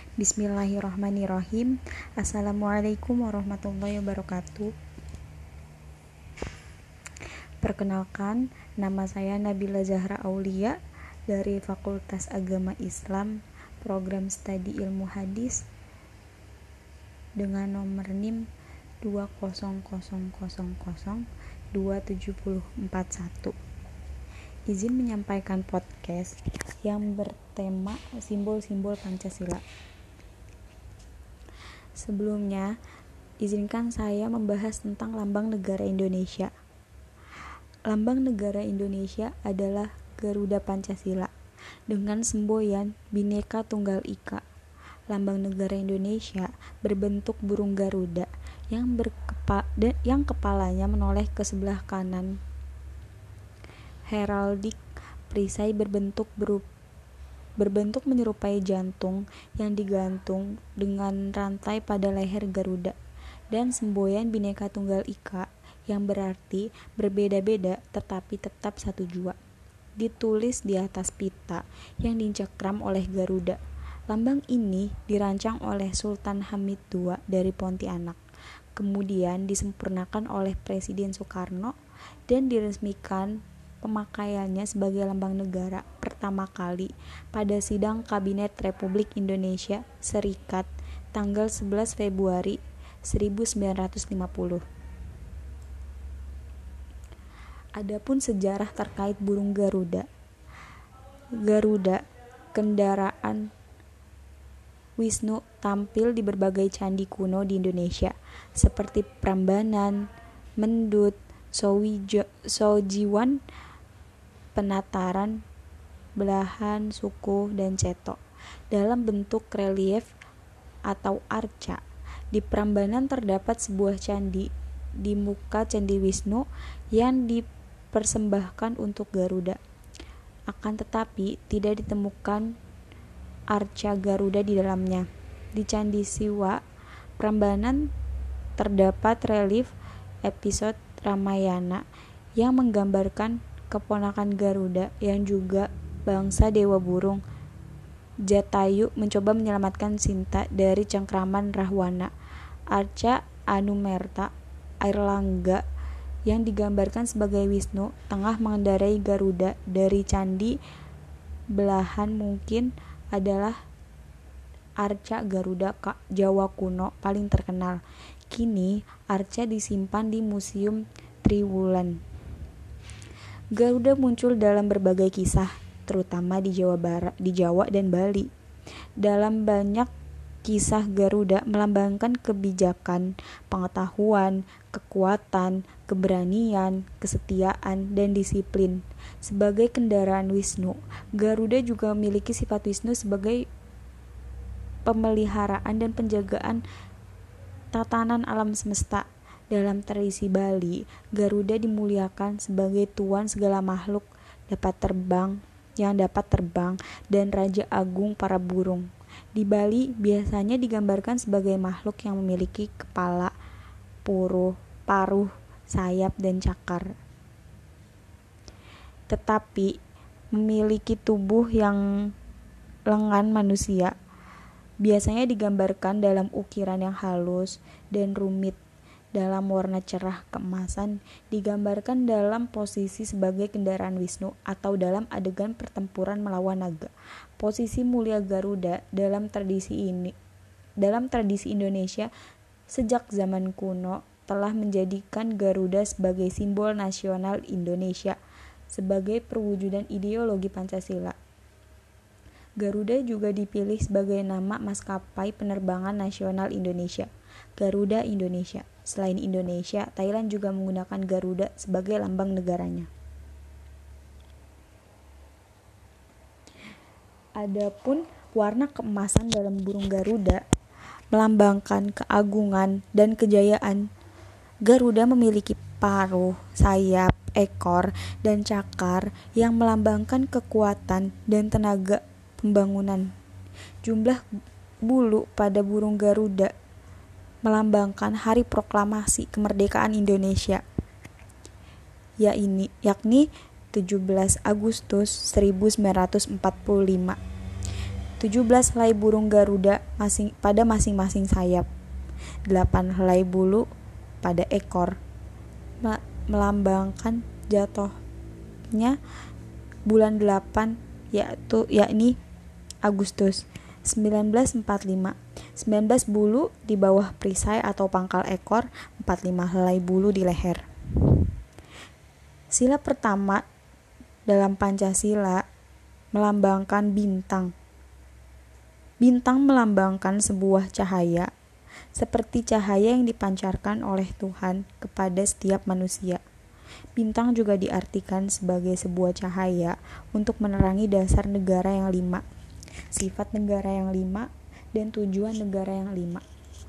Bismillahirrahmanirrahim. Assalamualaikum warahmatullahi wabarakatuh. Perkenalkan, nama saya Nabila Zahra Aulia dari Fakultas Agama Islam, Program Studi Ilmu Hadis dengan nomor NIM 200002741. Izin menyampaikan podcast yang bertema simbol-simbol Pancasila. Sebelumnya, izinkan saya membahas tentang Lambang Negara Indonesia. Lambang Negara Indonesia adalah Garuda Pancasila dengan semboyan Bhinneka Tunggal Ika. Lambang Negara Indonesia berbentuk burung Garuda yang kepalanya menoleh ke sebelah kanan. Heraldik perisai berbentuk menyerupai jantung yang digantung dengan rantai pada leher Garuda, dan semboyan Bhinneka Tunggal Ika yang berarti berbeda-beda tetapi tetap satu jua, ditulis di atas pita yang dicengkram oleh Garuda. Lambang ini dirancang oleh Sultan Hamid II dari Pontianak, kemudian disempurnakan oleh Presiden Soekarno dan diresmikan pemakaiannya sebagai lambang negara pertama kali pada sidang Kabinet Republik Indonesia Serikat tanggal 11 Februari 1950. Adapun sejarah terkait burung Garuda. Garuda, kendaraan Wisnu, tampil di berbagai candi kuno di Indonesia seperti Prambanan, Mendut, Sojiwan, Penataran, Belahan, Suko, dan Ceto dalam bentuk relief atau arca. Di Prambanan terdapat sebuah candi di muka Candi Wisnu yang dipersembahkan untuk Garuda. Akan tetapi tidak ditemukan arca Garuda di dalamnya. Di Candi Siwa Prambanan terdapat relief episode Ramayana yang menggambarkan keponakan Garuda yang juga bangsa dewa burung. Jatayu mencoba menyelamatkan Sinta dari cengkraman Rahwana. Arca Anumerta Airlangga yang digambarkan sebagai Wisnu tengah mengendarai Garuda dari Candi Belahan mungkin adalah arca Garuda Jawa kuno paling terkenal. Kini arca disimpan di Museum Triwulan. Garuda muncul dalam berbagai kisah, terutama di Jawa dan Bali. Dalam banyak kisah Garuda melambangkan kebijakan, pengetahuan, kekuatan, keberanian, kesetiaan, dan disiplin. Sebagai kendaraan Wisnu, Garuda juga memiliki sifat Wisnu sebagai pemeliharaan dan penjagaan tatanan alam semesta. Dalam tradisi Bali, Garuda dimuliakan sebagai tuan segala makhluk yang dapat terbang dan raja agung para burung. Di Bali biasanya digambarkan sebagai makhluk yang memiliki kepala, paruh, sayap, dan cakar, tetapi memiliki tubuh yang lengan manusia. Biasanya digambarkan dalam ukiran yang halus dan rumit. Dalam warna cerah keemasan, digambarkan dalam posisi sebagai kendaraan Wisnu atau dalam adegan pertempuran melawan naga. Posisi mulia Garuda dalam tradisi Indonesia sejak zaman kuno telah menjadikan Garuda sebagai simbol nasional Indonesia, sebagai perwujudan ideologi Pancasila. Garuda juga dipilih sebagai nama maskapai penerbangan nasional Indonesia, Garuda Indonesia. Selain Indonesia, Thailand juga menggunakan Garuda sebagai lambang negaranya. Adapun warna keemasan dalam burung Garuda melambangkan keagungan dan kejayaan. Garuda memiliki paruh, sayap, ekor, dan cakar yang melambangkan kekuatan dan tenaga pembangunan. Jumlah bulu pada burung Garuda melambangkan hari proklamasi kemerdekaan Indonesia, yakni 17 Agustus 1945. 17 helai burung Garuda pada masing-masing sayap, 8 helai bulu pada ekor, melambangkan jatuhnya bulan 8 yakni Agustus 1945. 19 bulu di bawah perisai atau pangkal ekor, 45 helai bulu di leher. Sila pertama dalam Pancasila melambangkan bintang. Bintang melambangkan sebuah cahaya, seperti cahaya yang dipancarkan oleh Tuhan kepada setiap manusia. Bintang juga diartikan sebagai sebuah cahaya untuk menerangi dasar negara yang 5, sifat negara yang 5, dan tujuan negara yang 5.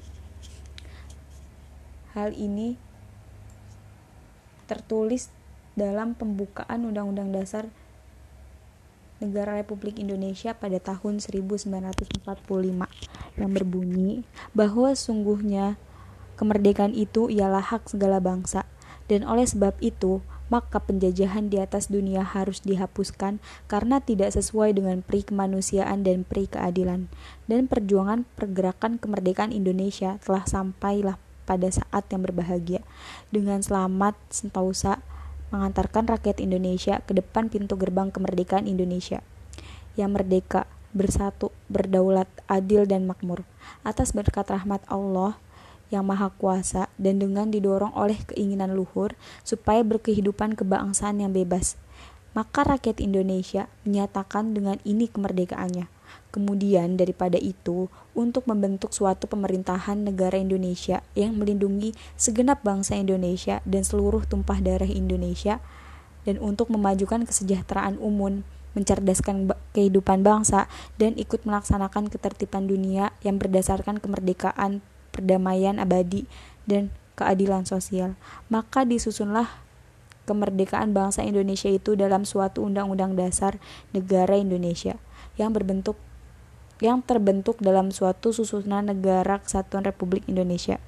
Hal ini tertulis dalam pembukaan Undang-Undang Dasar Negara Republik Indonesia pada tahun 1945 yang berbunyi bahwa sungguhnya kemerdekaan itu ialah hak segala bangsa, dan oleh sebab itu maka penjajahan di atas dunia harus dihapuskan karena tidak sesuai dengan peri kemanusiaan dan peri keadilan. Dan perjuangan pergerakan kemerdekaan Indonesia telah sampailah pada saat yang berbahagia, dengan selamat sentosa mengantarkan rakyat Indonesia ke depan pintu gerbang kemerdekaan Indonesia yang merdeka, bersatu, berdaulat, adil dan makmur atas berkat rahmat Allah yang Maha Kuasa, dan dengan didorong oleh keinginan luhur supaya berkehidupan kebangsaan yang bebas. Maka rakyat Indonesia menyatakan dengan ini kemerdekaannya. Kemudian daripada itu, untuk membentuk suatu pemerintahan negara Indonesia yang melindungi segenap bangsa Indonesia dan seluruh tumpah darah Indonesia, dan untuk memajukan kesejahteraan umum, mencerdaskan kehidupan bangsa, dan ikut melaksanakan ketertiban dunia yang berdasarkan kemerdekaan, perdamaian abadi, dan keadilan sosial. Maka disusunlah kemerdekaan bangsa Indonesia itu dalam suatu undang-undang dasar negara Indonesia yang terbentuk dalam suatu susunan negara kesatuan Republik Indonesia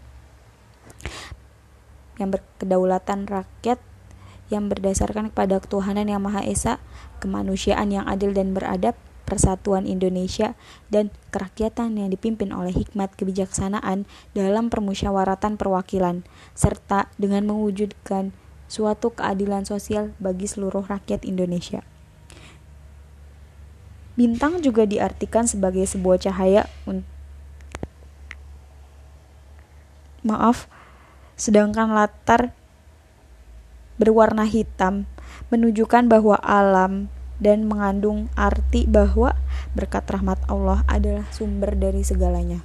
yang berkedaulatan rakyat, yang berdasarkan kepada ketuhanan yang Maha Esa, kemanusiaan yang adil dan beradab, persatuan Indonesia, dan kerakyatan yang dipimpin oleh hikmat kebijaksanaan dalam permusyawaratan perwakilan, serta dengan mewujudkan suatu keadilan sosial bagi seluruh rakyat Indonesia. Bintang juga diartikan sebagai sebuah cahaya sedangkan latar berwarna hitam menunjukkan bahwa alam dan mengandung arti bahwa berkat rahmat Allah adalah sumber dari segalanya.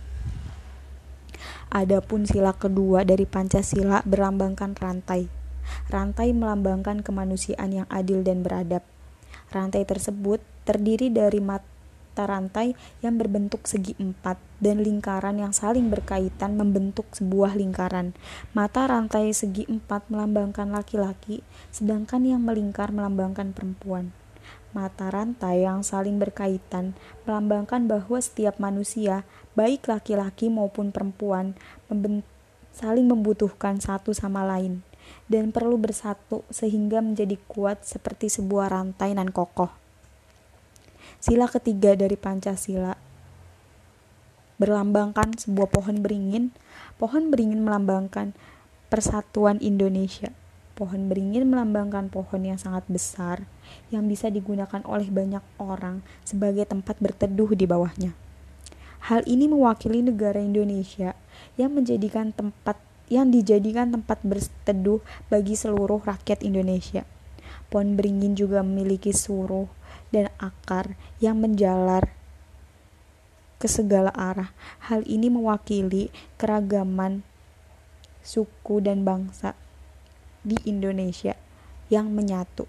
Adapun sila kedua dari Pancasila berlambangkan rantai. Rantai melambangkan kemanusiaan yang adil dan beradab. Rantai tersebut terdiri dari mata rantai yang berbentuk segi empat dan lingkaran yang saling berkaitan membentuk sebuah lingkaran. Mata rantai segi empat melambangkan laki-laki, sedangkan yang melingkar melambangkan perempuan. Mata rantai yang saling berkaitan melambangkan bahwa setiap manusia, baik laki-laki maupun perempuan, saling membutuhkan satu sama lain dan perlu bersatu sehingga menjadi kuat seperti sebuah rantai nan kokoh. Sila ketiga dari Pancasila berlambangkan sebuah pohon beringin. Pohon beringin melambangkan persatuan Indonesia. Pohon beringin melambangkan pohon yang sangat besar yang bisa digunakan oleh banyak orang sebagai tempat berteduh di bawahnya. Hal ini mewakili negara Indonesia yang dijadikan tempat berteduh bagi seluruh rakyat Indonesia. Pohon beringin juga memiliki suruh dan akar yang menjalar ke segala arah. Hal ini mewakili keragaman suku dan bangsa di Indonesia yang menyatu.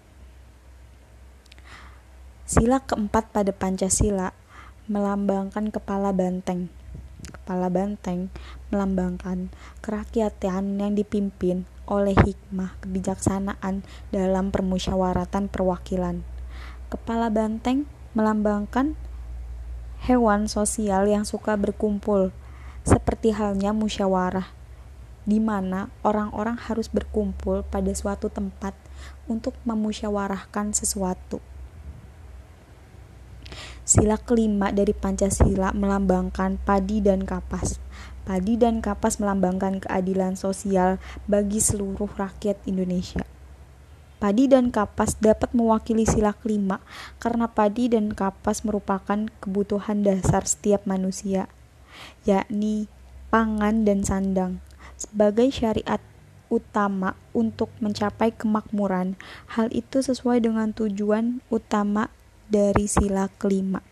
Sila keempat pada Pancasila melambangkan kepala banteng. Kepala banteng melambangkan kerakyatan yang dipimpin oleh hikmah kebijaksanaan dalam permusyawaratan perwakilan. Kepala banteng melambangkan hewan sosial yang suka berkumpul, seperti halnya musyawarah, di mana orang-orang harus berkumpul pada suatu tempat untuk memusyawarahkan sesuatu. Sila kelima dari Pancasila melambangkan padi dan kapas. Padi dan kapas melambangkan keadilan sosial bagi seluruh rakyat Indonesia. Padi dan kapas dapat mewakili sila kelima karena padi dan kapas merupakan kebutuhan dasar setiap manusia, yakni pangan dan sandang. Sebagai syariat utama untuk mencapai kemakmuran, hal itu sesuai dengan tujuan utama dari sila kelima.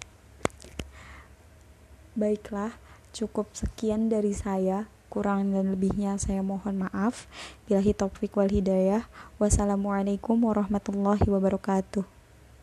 Baiklah, cukup sekian dari saya. Kurang dan lebihnya saya mohon maaf. Billahi taufik wal hidayah. Wassalamualaikum warahmatullahi wabarakatuh.